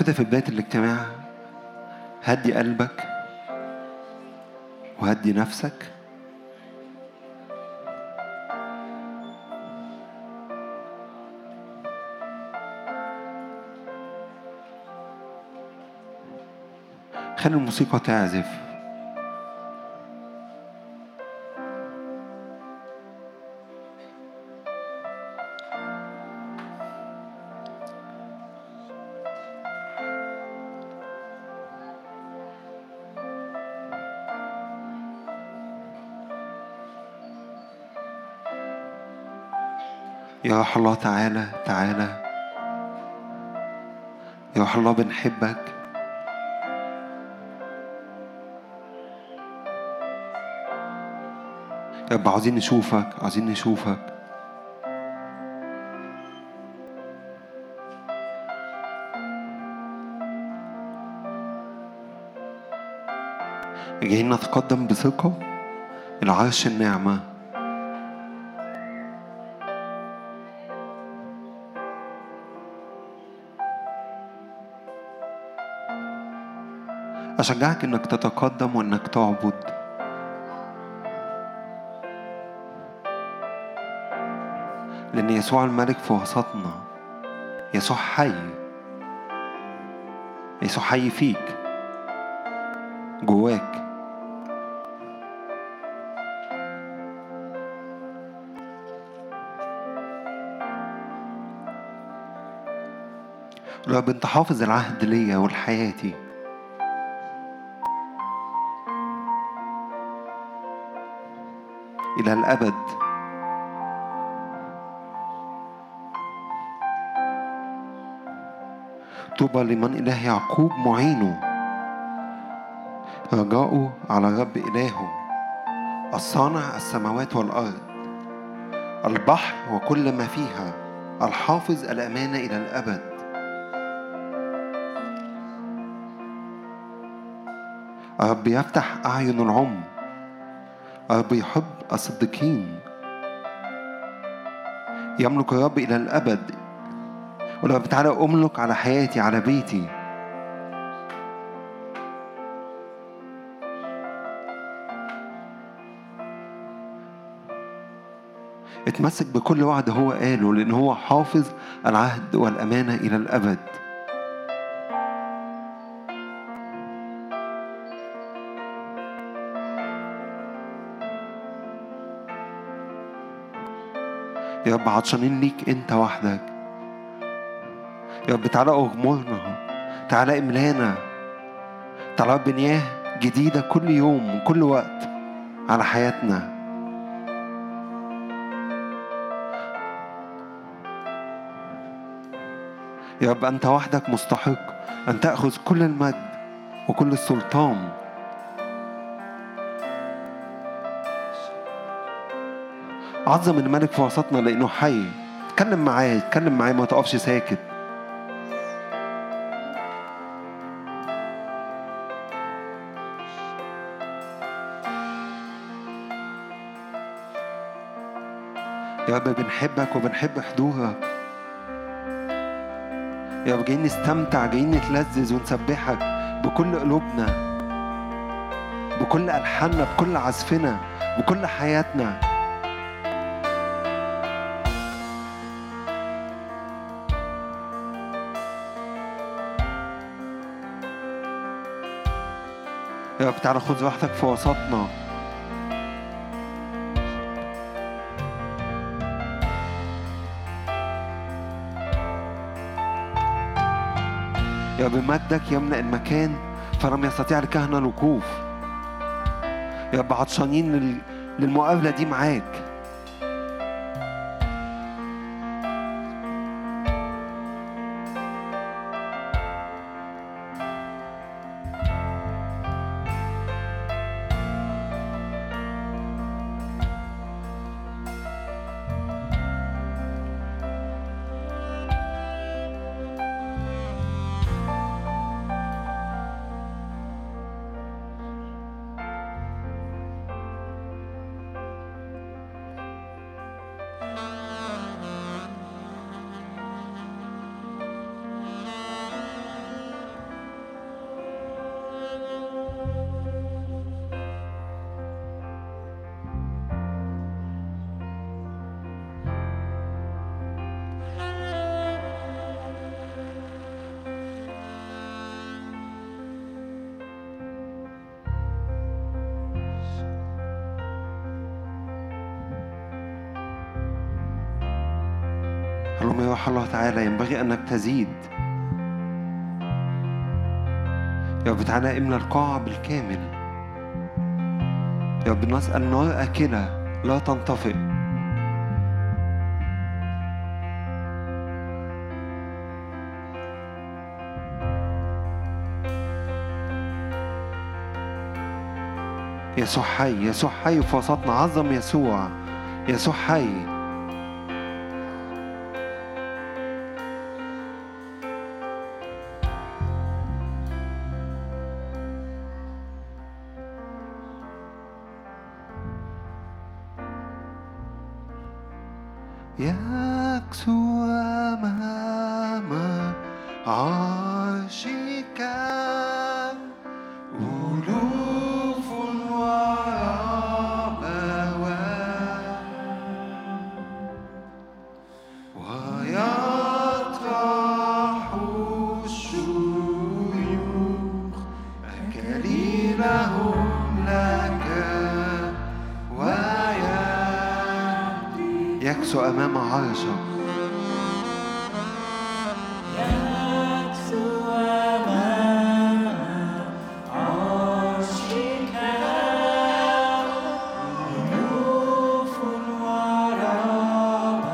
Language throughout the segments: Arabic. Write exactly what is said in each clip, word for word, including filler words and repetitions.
كده في بداية الاجتماع هدي قلبك وهدي نفسك. خلي الموسيقى تعزف. يا روح الله تعالى تعالى. يا روح الله بنحبك. يا رب عاوزين نشوفك، عاوزين نشوفك. جايين نتقدم بثقة إلى عرش النعمة. أشجعك إنك تتقدم وإنك تعبد. لأن يسوع الملك في وسطنا. يسوع حي. يسوع حي فيك جواك. لو أنت حافظ العهد ليا والحياتي، إلى الأبد. طوبى لمن إله يعقوب معينه، رجاؤه على رب إلهه، الصانع السماوات والأرض، البحر وكل ما فيها، الحافظ الأمانة إلى الأبد. رب يفتح أعين العمي، رب يحب الصديقين. يملك الرب إلى الأبد. ولو تعالى أملك على حياتي، على بيتي. اتمسك بكل وعد هو قاله، لأن هو حافظ العهد والأمانة إلى الأبد. يا رب عطشانين ليك أنت وحدك. يا رب تعالى أغمرنا، تعالى إملانا، تعالى بنياه جديدة كل يوم وكل وقت على حياتنا. يا رب أنت وحدك مستحق أن تأخذ كل المجد وكل السلطان. عظم الملك في وسطنا لأنه حي. اتكلم معاه، اتكلم معاه، ما تقفش ساكت. يا رب بنحبك وبنحب حضورك. يا رب جايين نستمتع، جايين نتلذذ ونسبحك بكل قلوبنا، بكل ألحاننا، بكل عزفنا، بكل حياتنا. يا رب تعالى خذ راحتك في وسطنا. يا رب مجدك يملأ المكان فلم يستطيع الكهنة الوقوف. يا رب عطشانين للمقابلة دي معاك. نعم يا روح الله تعالى، ينبغي أنك تزيد. يا رب تعالى املى القاعة بالكامل. يا رب نسأل نار أكلة لا تنطفئ. يسوع حي، يسوع حي في وسطنا. عظم يسوع، يسوع حي. يكسو أمام عرشك ألوف وربوات، ويطرح الشيوخ أكاليلهم لك، يكسو أمام عرشك. يكسو أمام عرشك ألوف وربوات،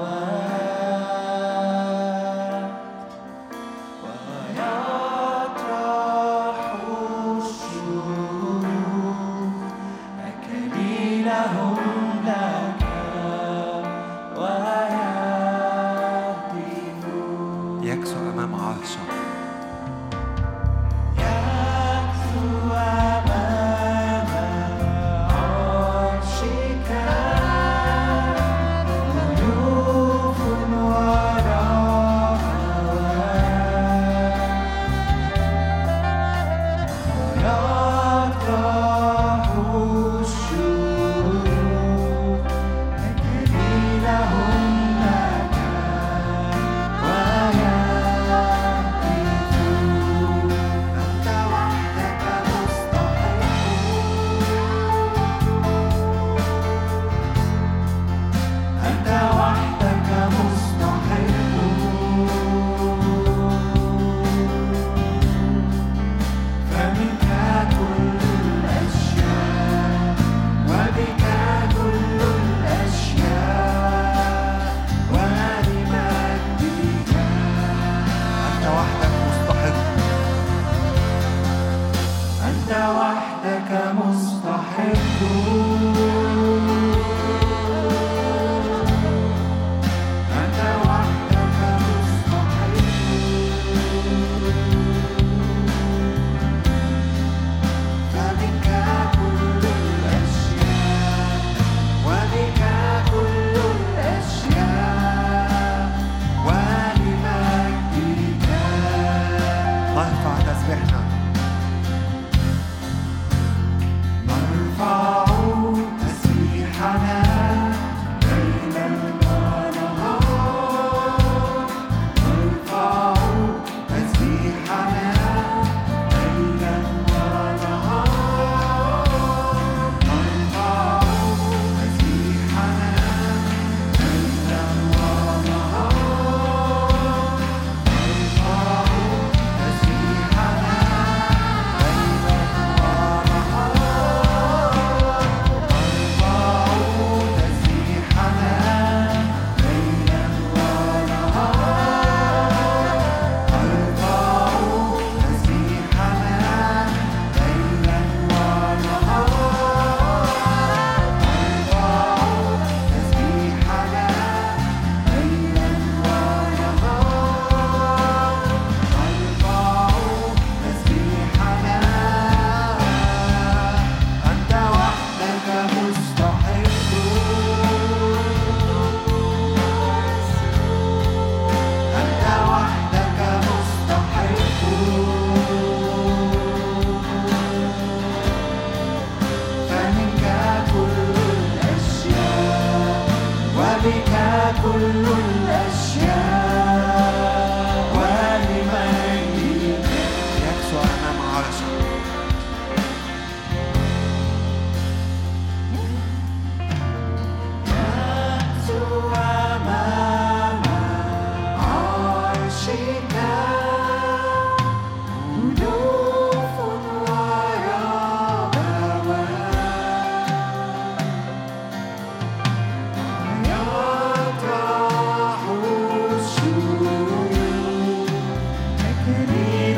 ويطرح الشيوخ أكاليلهم لك يكسو أمام عرشك. يكسو أمام عرشك ألوف وربوات، ويطرح الشيوخ أكاليلهم لك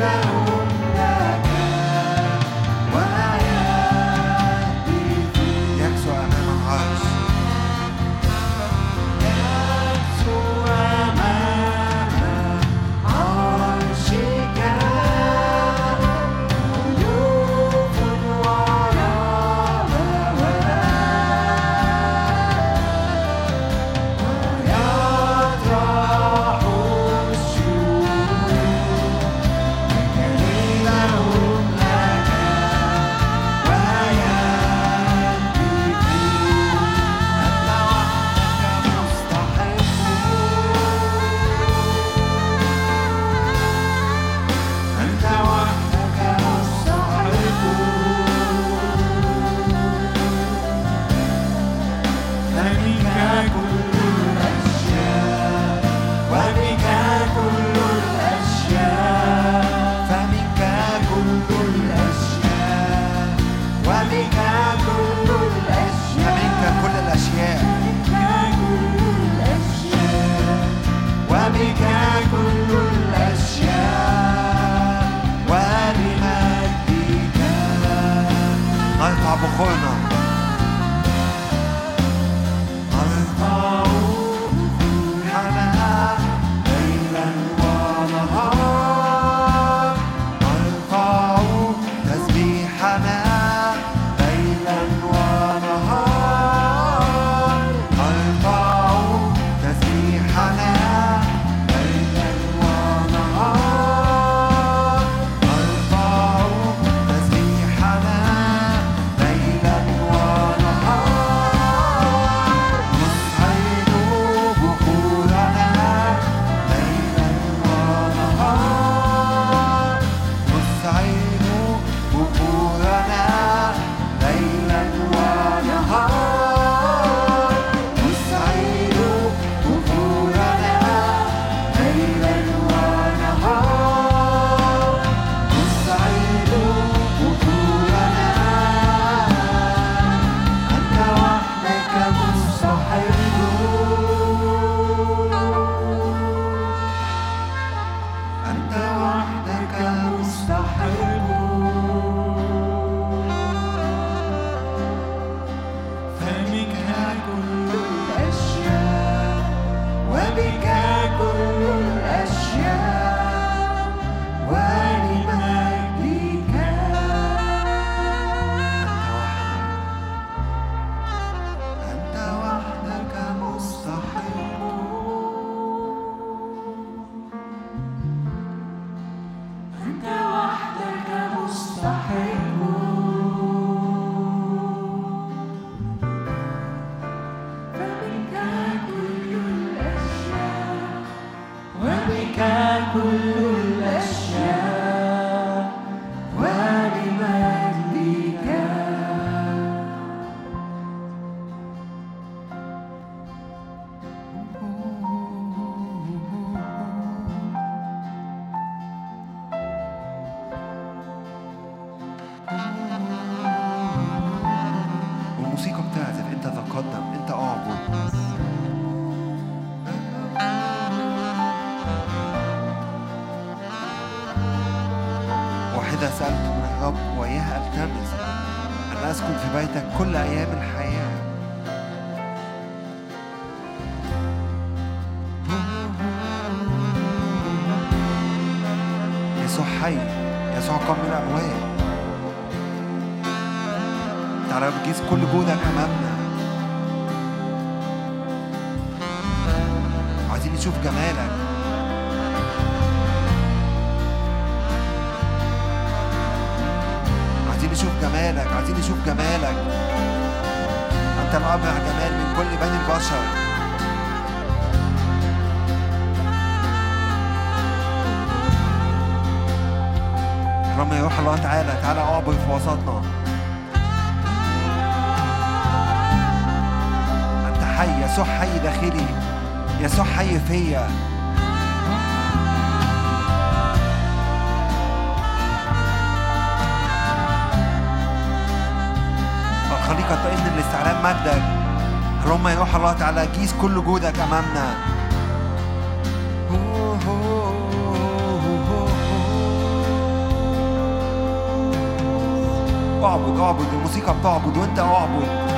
تعالى جيز كل وجودك أمامنا. اعبد اعبد، الموسيقى بتعبد وانت اعبد.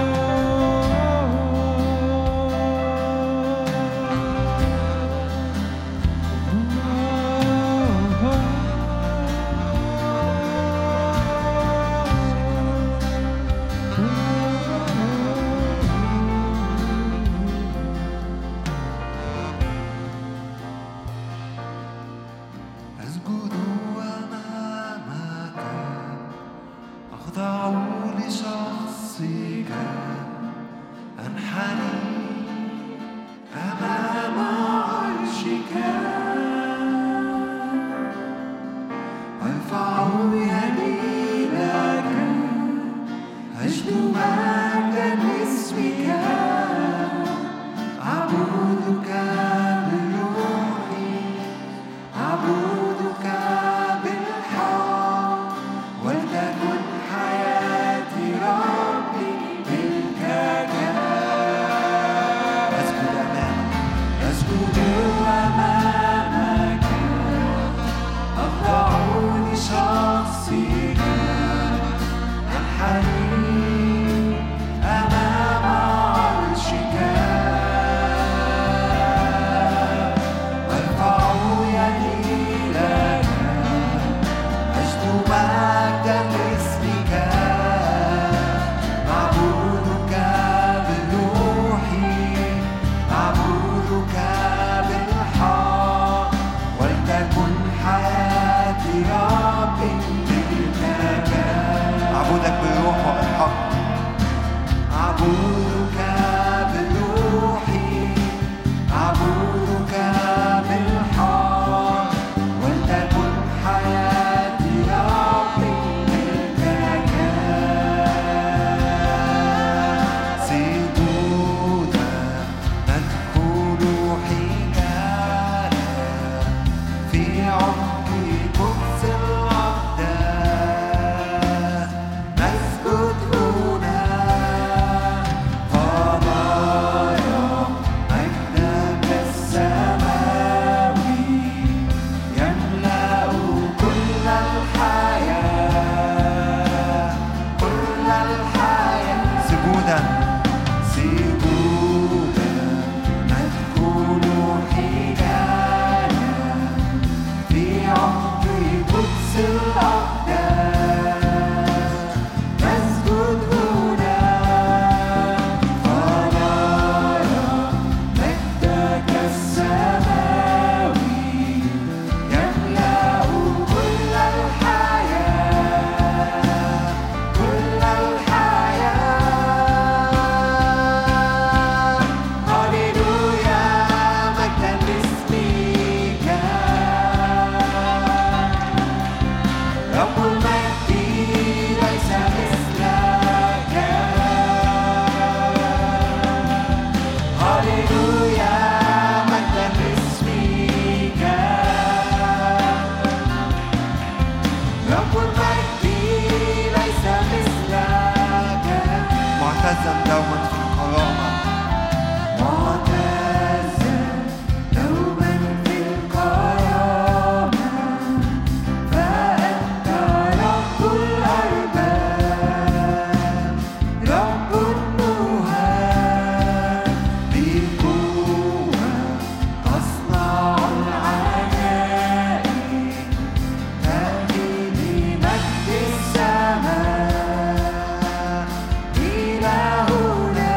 إلهنا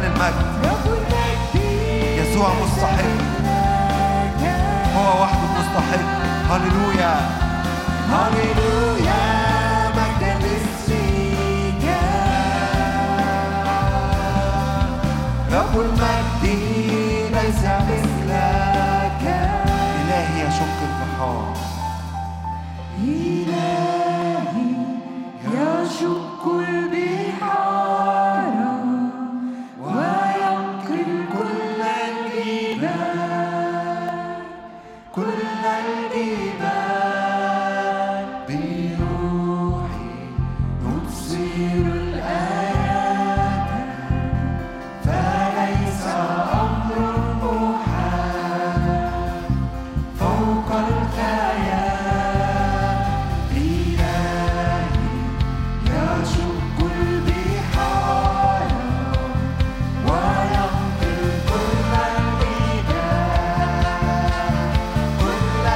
كل المجد. يسوع مستحق، هو وحده مستحق. هللويا هللويا مجدا لاسمك رب المجد ليس مثلك. إلهي يشق البحار، إلهي يشق البحار وينقل كل الجبال كل الجبال بروحي نبصر الآيات فليس أمر محال فوق الخيال. إلهي يشق البحار وينقل كل الجبال كل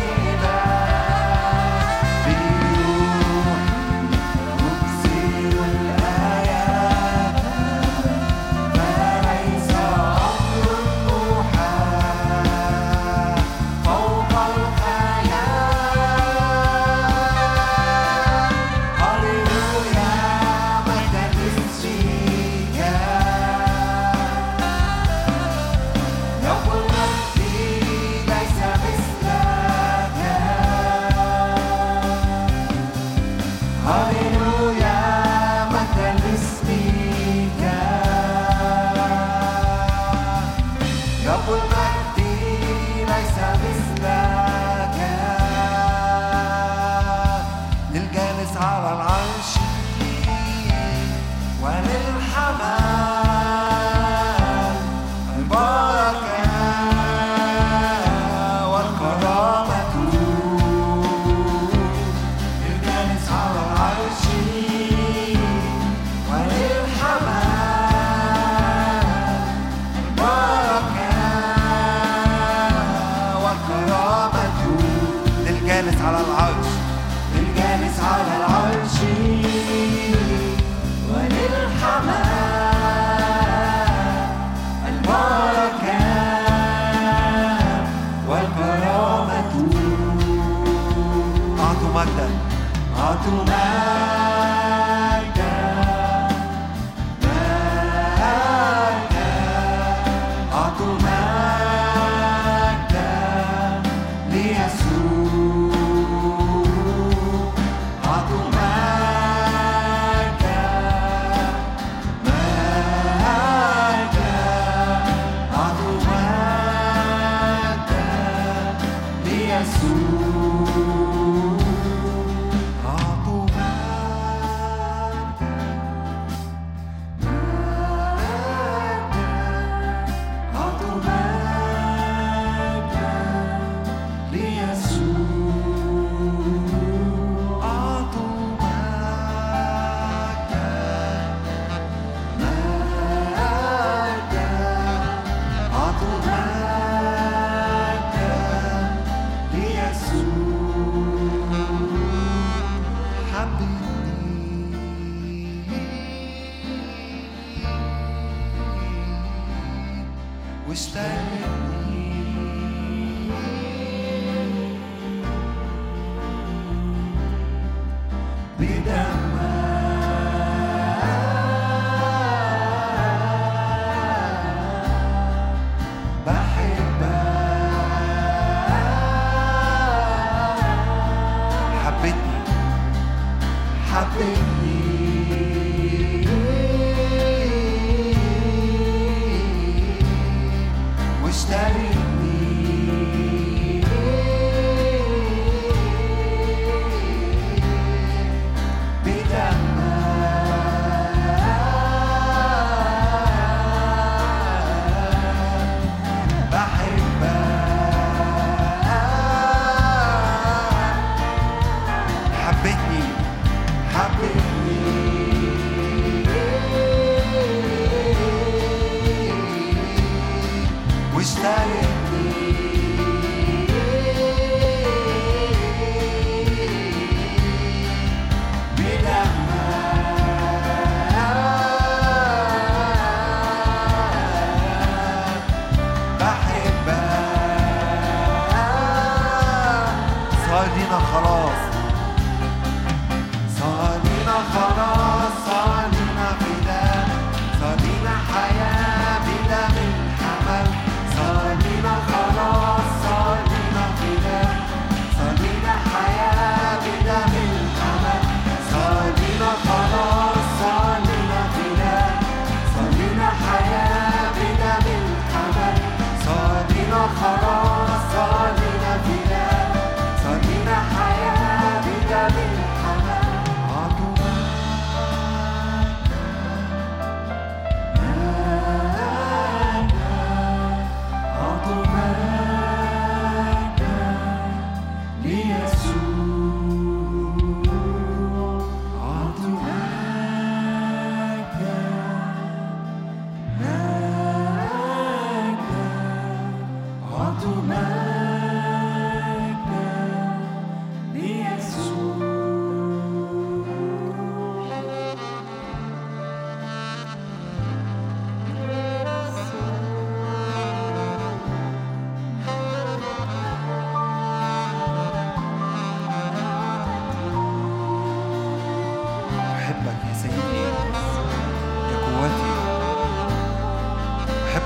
الجبال بروحي نبصر الآيات فليس أمر محال فوق الخيال. هللويا مجدا لاسمك رب المجد ليس مثلك. هللويا مجدا لاسمك رب المجد ليس مثلك. للجالس على العرش وللحمام البركة والكرامة. للجالس على العرش وللحمام البركة والكرامة. للجالس على العرش، للجالس على العرش وللحمام البركة والكرامة. أعطوا مجدا أعطوا مجدا مجدا أعطوا مجدا ليسوع. أعطوا مجدا مجدا أعطوا مجدا ليسوع. أعطوا أعطوا مجدا ليسوع. أعطوا مجدا مجدا أعطوا مجدا ليسوع. حبيبني واشتريتني بدمك بحبك حبتني حبيبني واشتريتني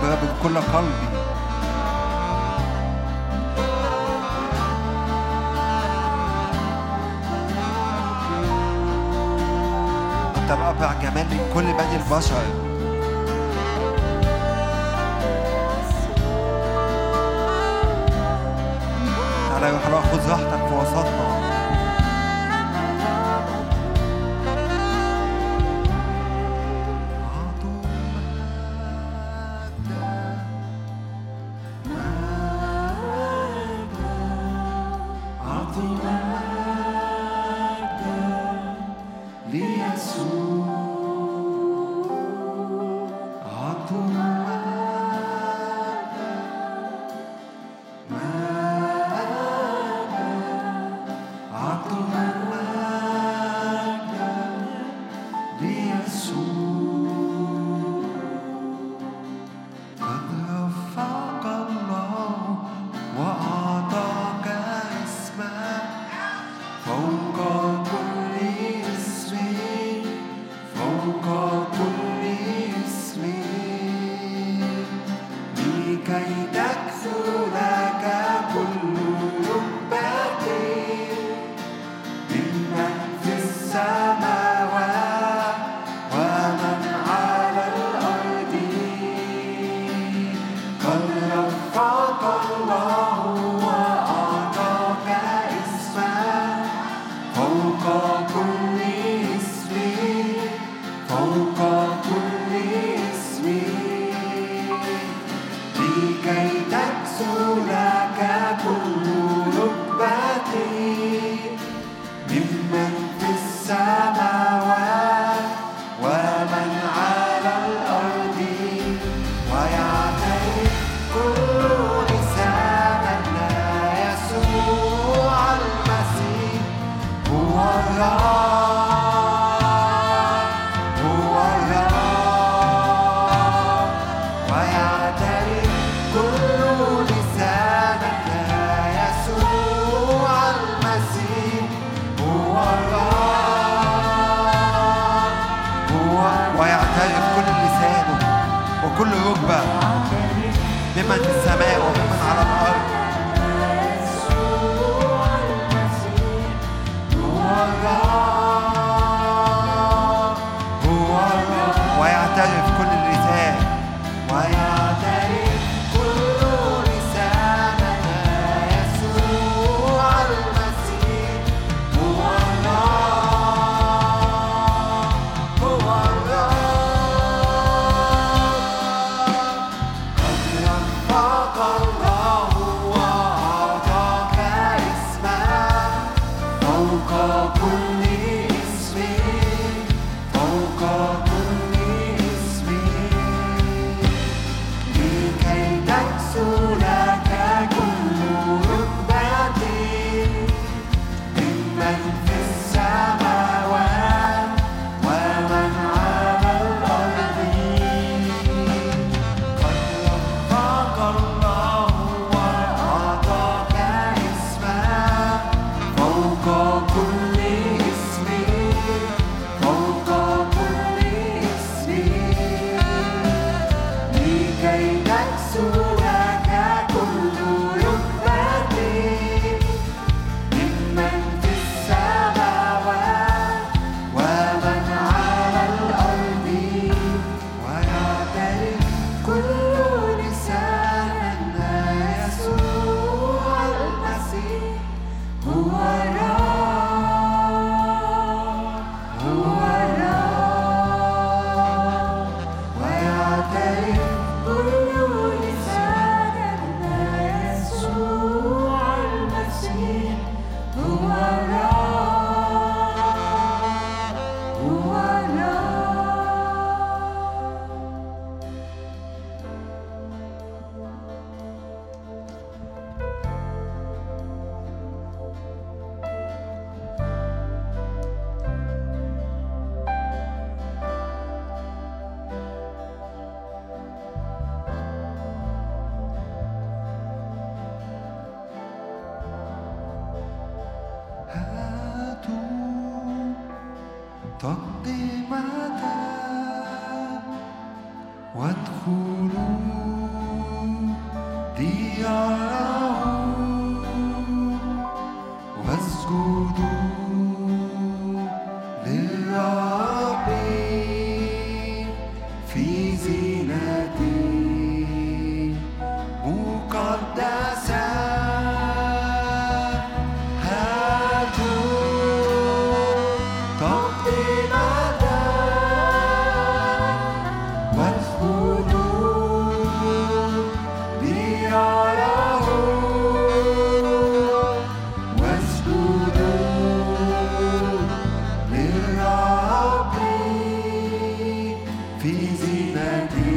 يا رب بكل قلبي. أنت الأبرع جمال من كل بني البشر. تعالى يا روح الله خذ راحتك في وسطنا. تقدمة وادخلوا زينتي مقدسة هاتوا تقدمة واسجدوا ليراه واسجدوا للرب في زينتي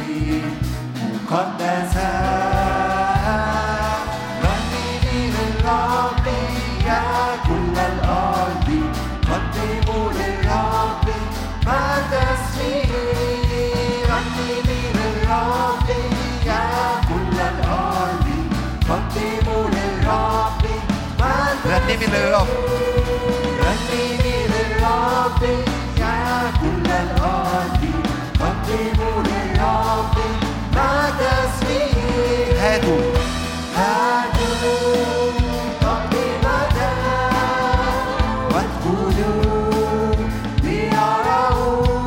مقدسة رنمي للرب يا كل الأرض قدموا للرب ما تسميه رنمي للرب يا كل الأرض قدموا للرب ما رنمي للرب رنمي للرب يا كل الأرض قدموا للرب ما تسميه هاتوا هاتوا تقدمة وادخلوا ليراه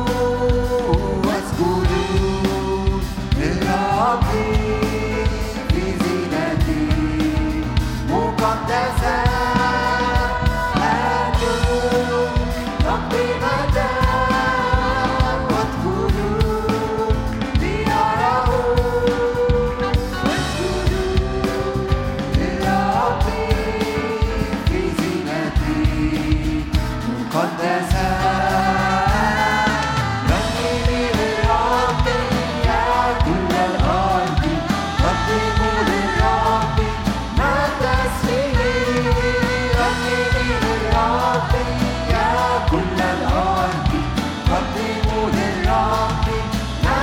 واسجدوا للرب في زينتي مقدسة هاتوا تقدمة وادخلوا ليراه للرب في زينتي مقدسة رنمي للرب يا كل الأرض قدموا للرب ما تسميه رنمي للرب يا كل الأرض قدموا للرب ما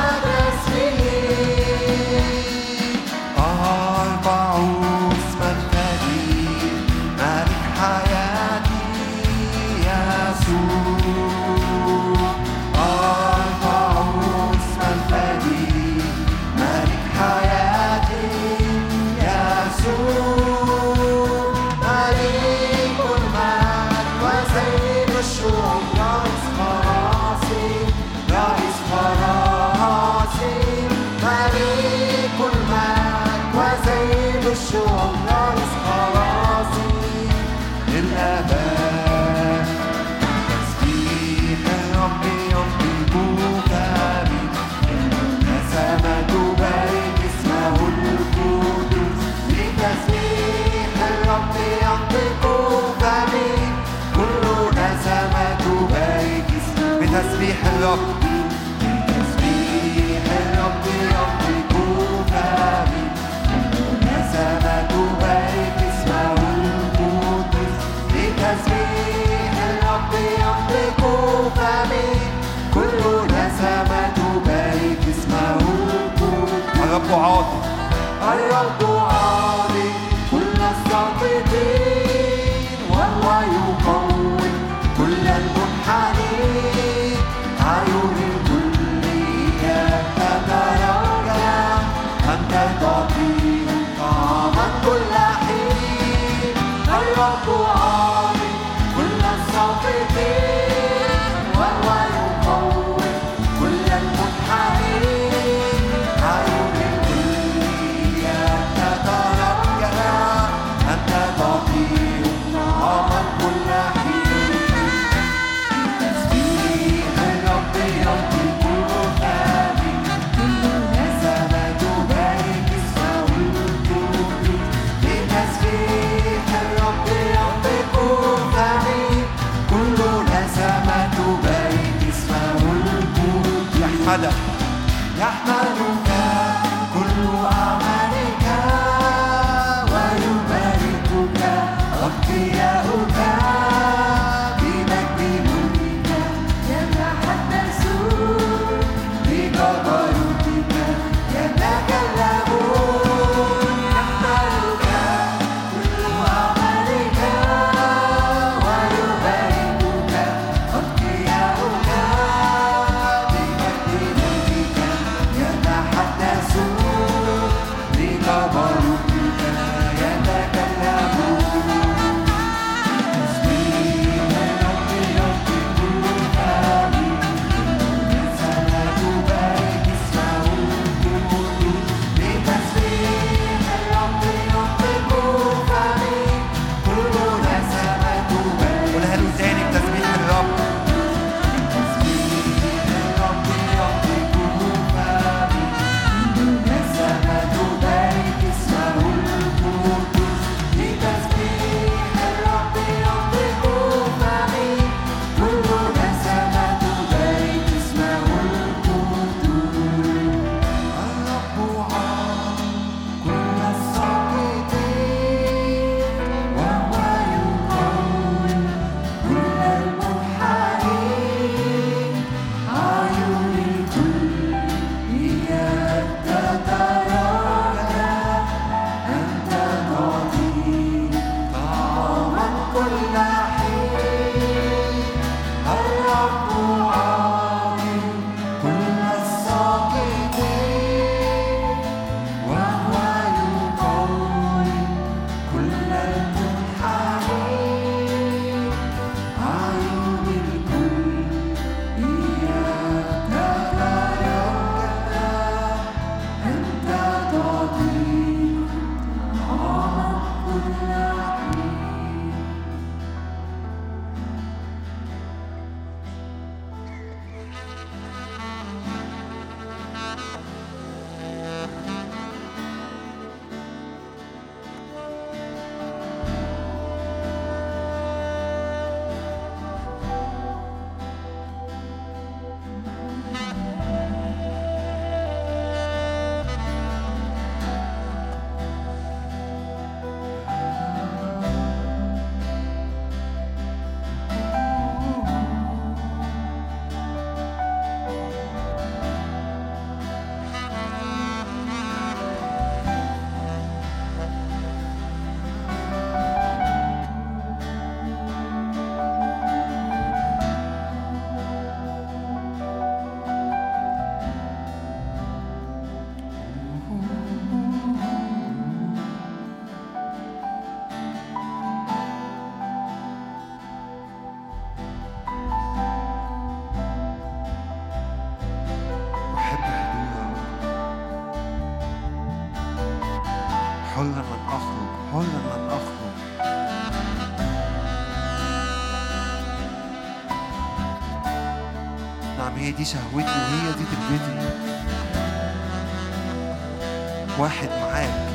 تسميه أربع اسم الكبير ملك حياتي يسوع أربع اسم الكبير ملك حياتي يسوع ملك المجد وسيد الشعوب رئيس خلاصي رئيس خلاصي ملك المجد وسيد الشعوب رئيس خلاصي للأبد تسبيح الرب ينطق فمي نسمة تبارك اسمه القدوس لتسبيح الرب ينطق فمي كل نسمة تبارك اسمه بتسبيح الرب بتسبيح الرب ينطق فمي نسمة تبارك اسمه القدوس لتسبيح الرب ينطق فمي كل نسمة تبارك اسمه القدوس الرب عاطف الرب عاضي كل الساقطين وهو يقوم كل المنحنين عيون الكل تترجى أنت تعطي طعما كل حين الرب عاضي كل الساقطين وهو يقوم كل المنحنين عيون الكل تترجى أنت تعطي طعما كل حين تسبيح الرب ينطق فمي نسمة تبارك اسمه القدوس لتسبيح الرب ينطق فمي كل نسمة تبارك اسمه القدوس يحمدك يحمدك كل أعمالك ويباركك أتقياؤك بمجد ملكك يتحدثون بجبروتك يتكلمون يحمدك كل أعمالك ويباركك أتقياؤك بمجد ملكك يتحدثون حرا لن أخرج. نعم هي دي شهوتي وهي دي تربيتي. واحد معاك.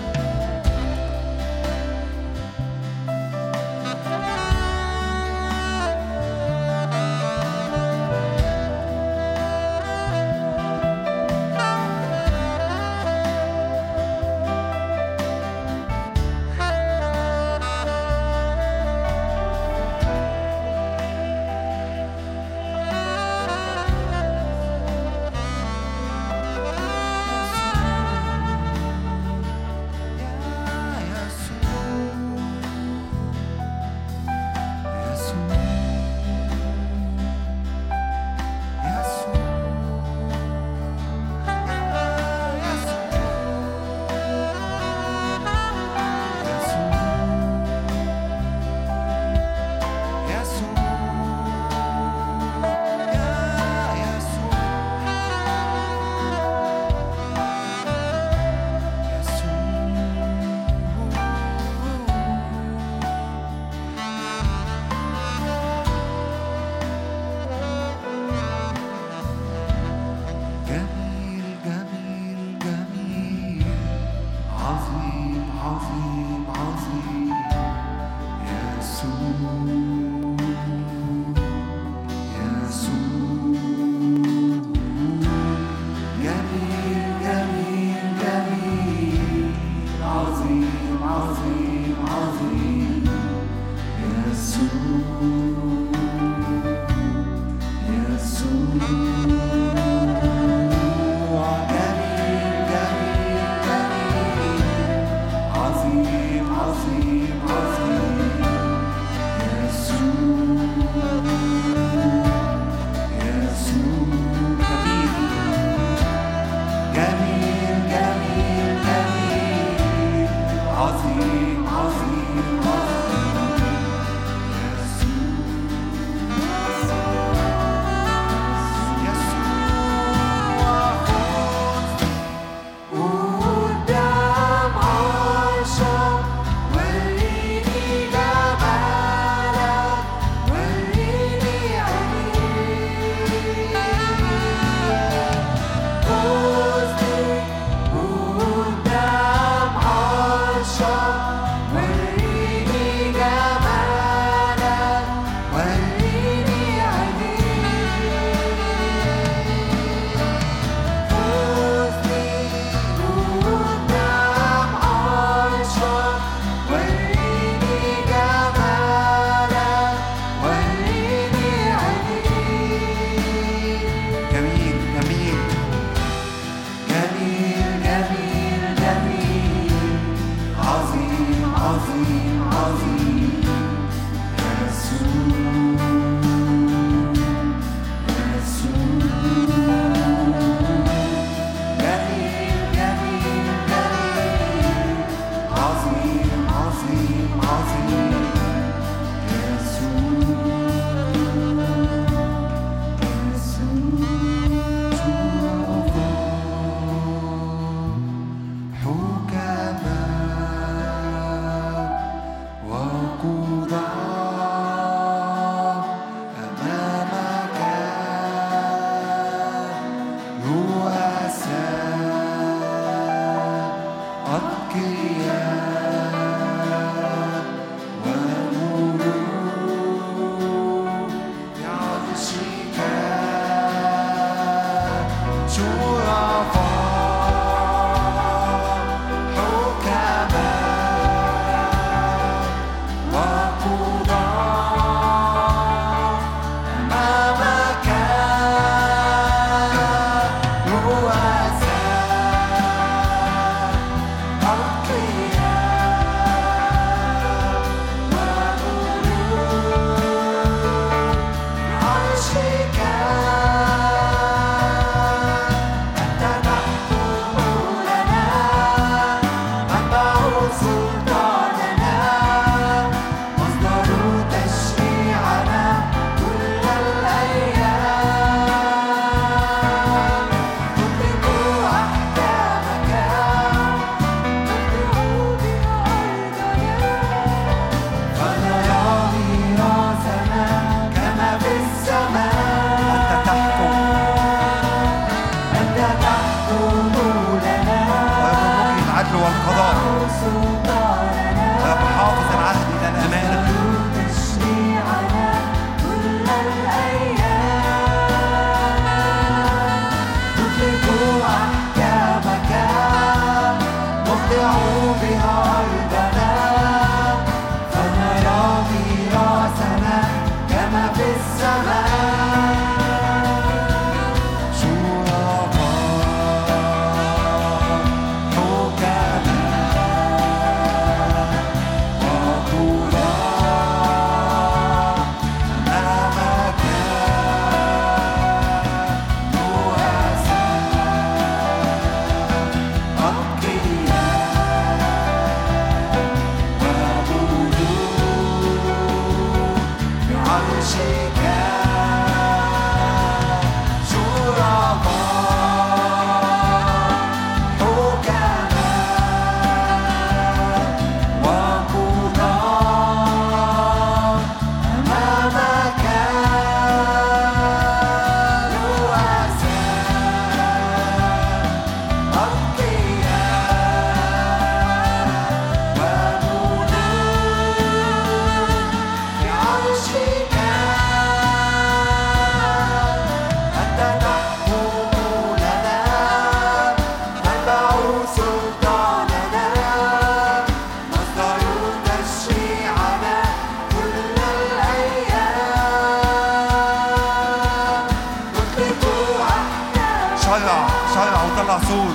طلع صوت.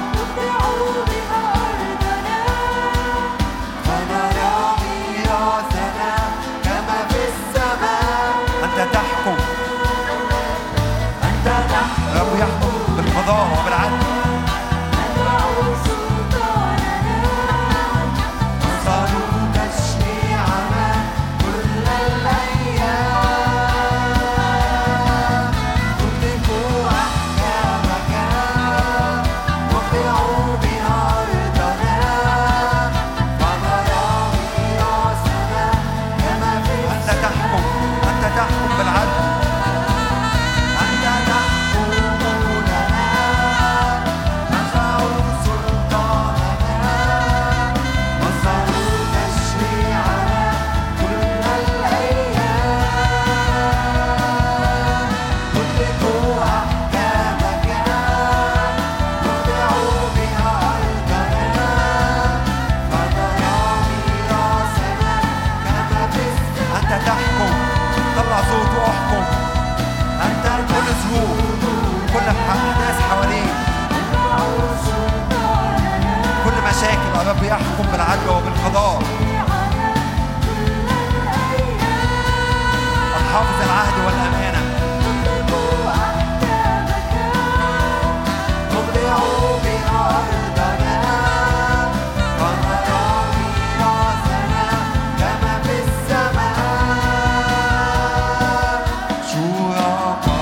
أنت تحكم، أنت تحكم، رب يحكم بالقضاء وبالعدل. رب يحكم بالعدل وبالقضاء. الحافظ العهد والأمانة. نبدع بأرضنا ونرى ميراثنا كما في السماء. شرفاء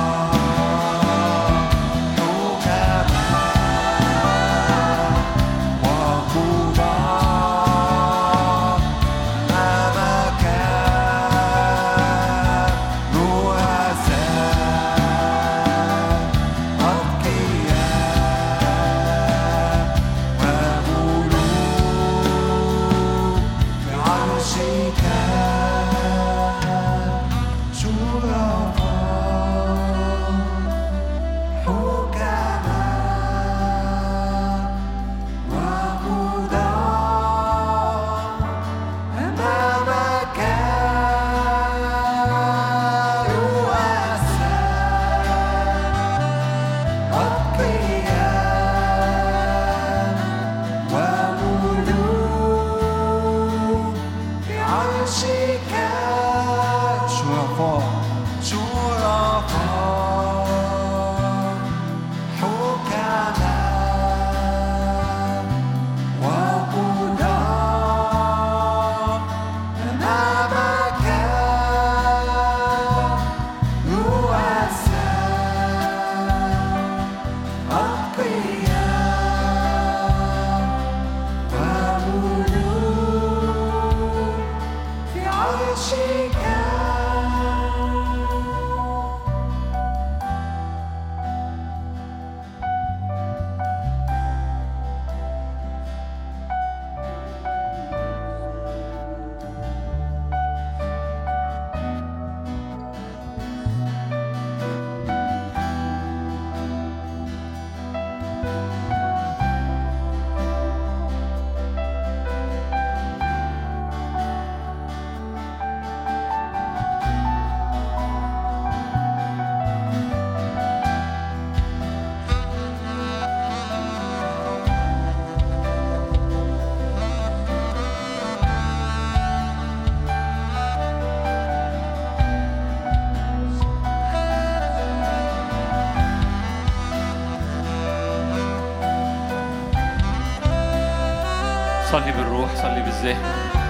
صلي بالروح، صلي بالذهن،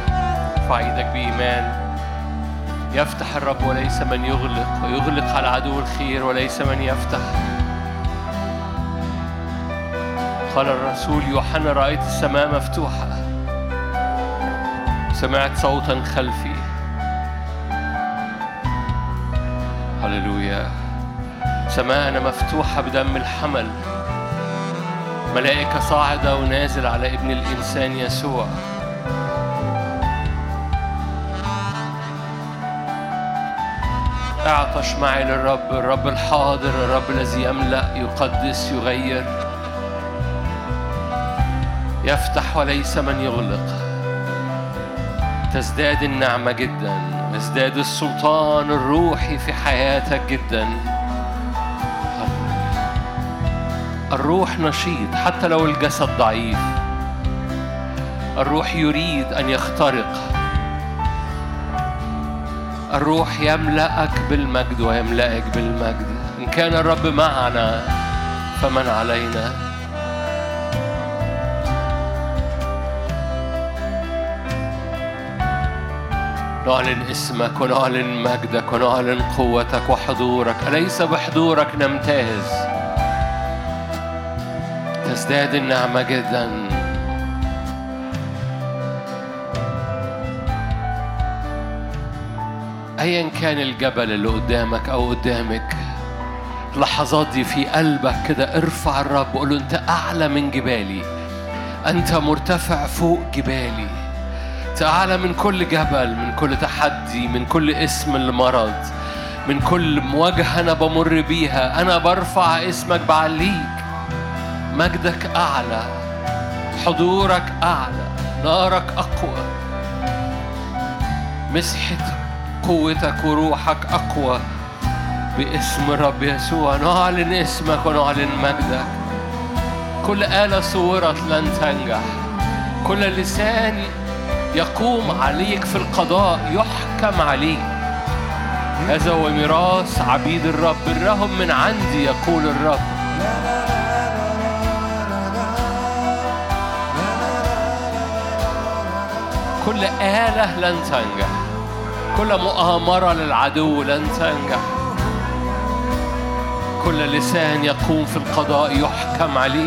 ارفع ايدك بإيمان. يفتح الرب وليس من يغلق، ويغلق على عدو الخير وليس من يفتح. قال الرسول يوحنا: رأيت السماء مفتوحة، سمعت صوتا خلفي. هللويا. سماءنا مفتوحة بدم الحمل، ملائكة صاعدة ونازل على ابن الإنسان يسوع. اعطش معي للرب، الرب الحاضر، الرب الذي يملأ، يقدس، يغير، يفتح وليس من يغلق. تزداد النعمة جدا، يزداد السلطان الروحي في حياتك جدا. الروح نشيط حتى لو الجسد ضعيف. الروح يريد أن يخترق. الروح يملأك بالمجد ويملأك بالمجد. إن كان الرب معنا فمن علينا. نعلن اسمك ونعلن مجدك ونعلن قوتك وحضورك. أليس بحضورك نمتاز؟ تزداد النعمة جدا. أيا كان الجبل اللي قدامك أو قدامك، اللحظات دي في قلبك كده ارفع الرب وقول له أنت أعلى من جبالي، أنت مرتفع فوق جبالي، أنت أعلى من كل جبل، من كل تحدي، من كل اسم المرض، من كل مواجهة أنا بمر بيها. أنا برفع اسمك بعليك. مجدك أعلى، حضورك أعلى، نارك أقوى، مسحة قوتك وروحك أقوى. باسم الرب يسوع نعلن اسمك ونعلن مجدك. كل آلة صورت لن تنجح. كل لسان يقوم عليك في القضاء يحكم عليك. هذا هو ميراث عبيد الرب، برهم من عندي يقول الرب. كل آلة لن تنجح، كل مؤامرة للعدو لن تنجح. كل لسان يقوم في القضاء يحكم عليه.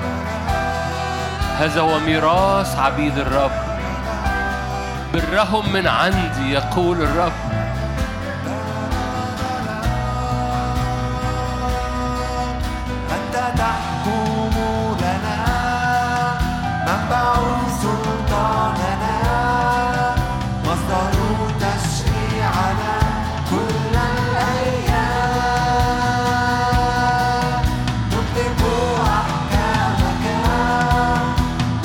هذا هو ميراث عبيد الرب، برهم من عندي يقول الرب. أنت تحكم لنا، منبع سلطاننا، مصدر تشريعنا كل الأيام. نطلق أحكامك،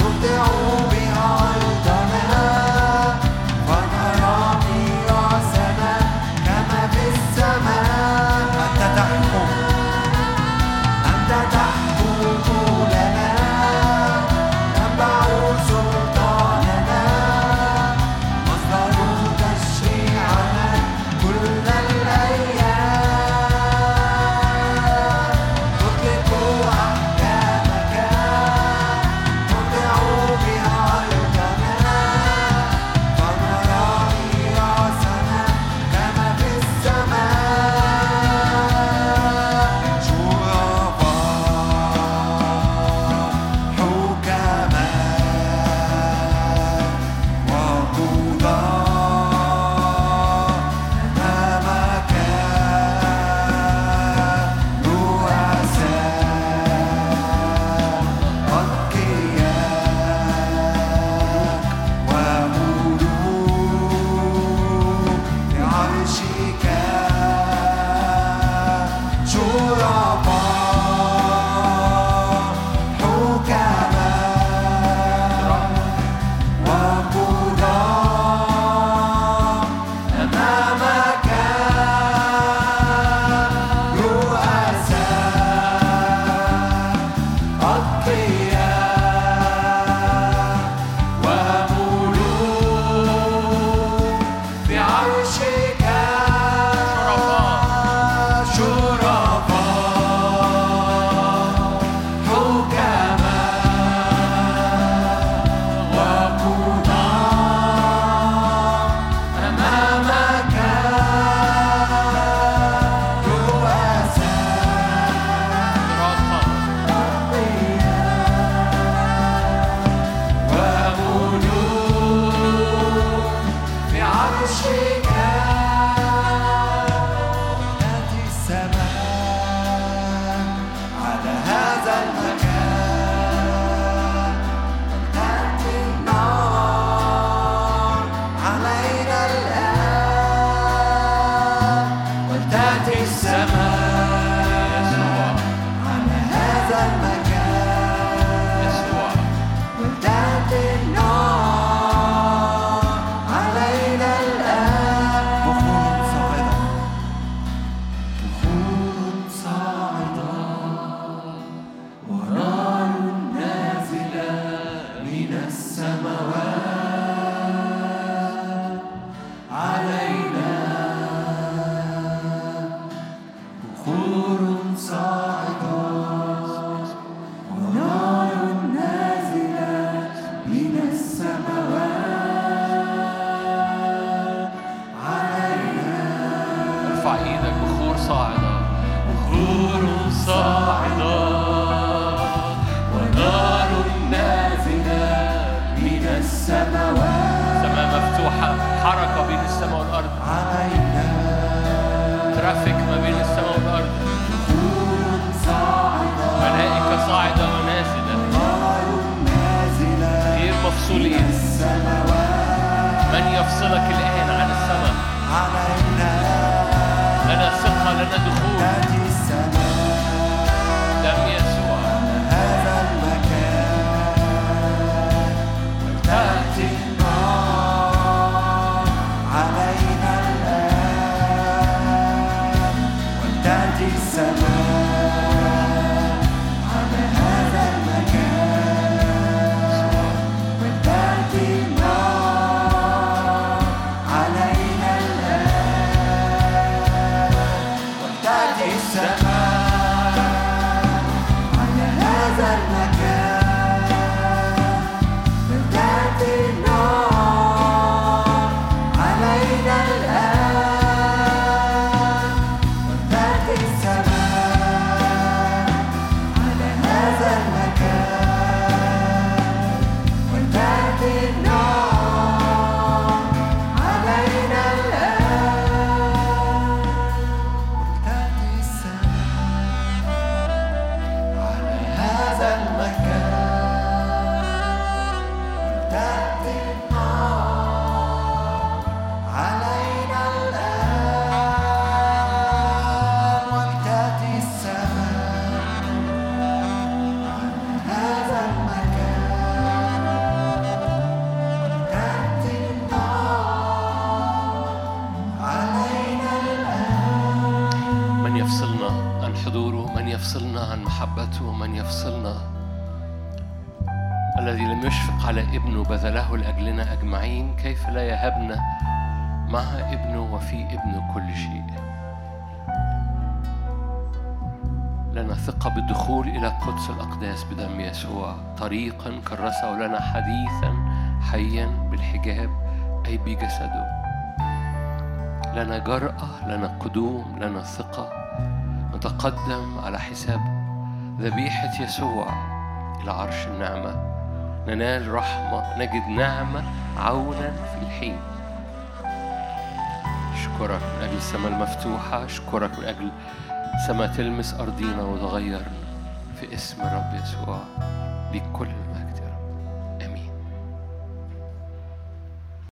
نبدع بها أرضنا، فنرى ميراثنا أمامك الآن عن السماء. علينا لنا ثقة، لنا دخول. تأتي السماء دم يسوع. هذا المكان تأتي النار علينا الآن وتأتي السماء على هذا المكان وتأتي النار علينا الآن وتأتي السماء على هذا المكان وتأتي النار علينا الآن وتأتي السماء على هذا المكان وتأتي النار علينا الآن وتأتي السماء على هذا المكان وتأتي النار علينا الآن وتأتي السماء على هذا المكان وتأتي النار علينا الآن. من يفصلنا عن حضوره؟ من يفصلنا عن محبته؟ من يفصلنا؟ الذي لم يشفق على ابنه بذله لأجلنا أجمعين، كيف لا يهبنا مع ابنه وفي ابنه كل شيء؟ لنا ثقة بالدخول إلى قدس الأقداس بدم يسوع، طريقا كرسه لنا حديثا حيا بالحجاب أي بجسده. لنا جرأة، لنا قدوم، لنا ثقة، نتقدم على حساب ذبيحة يسوع إلى عرش النعمة، ننال رحمة، نجد نعمة عونا في الحين. أشكرك من أجل السماء المفتوحة، أشكرك من أجل سماء تلمس أرضينا وتغيرنا في اسم الرب يسوع. ليك كل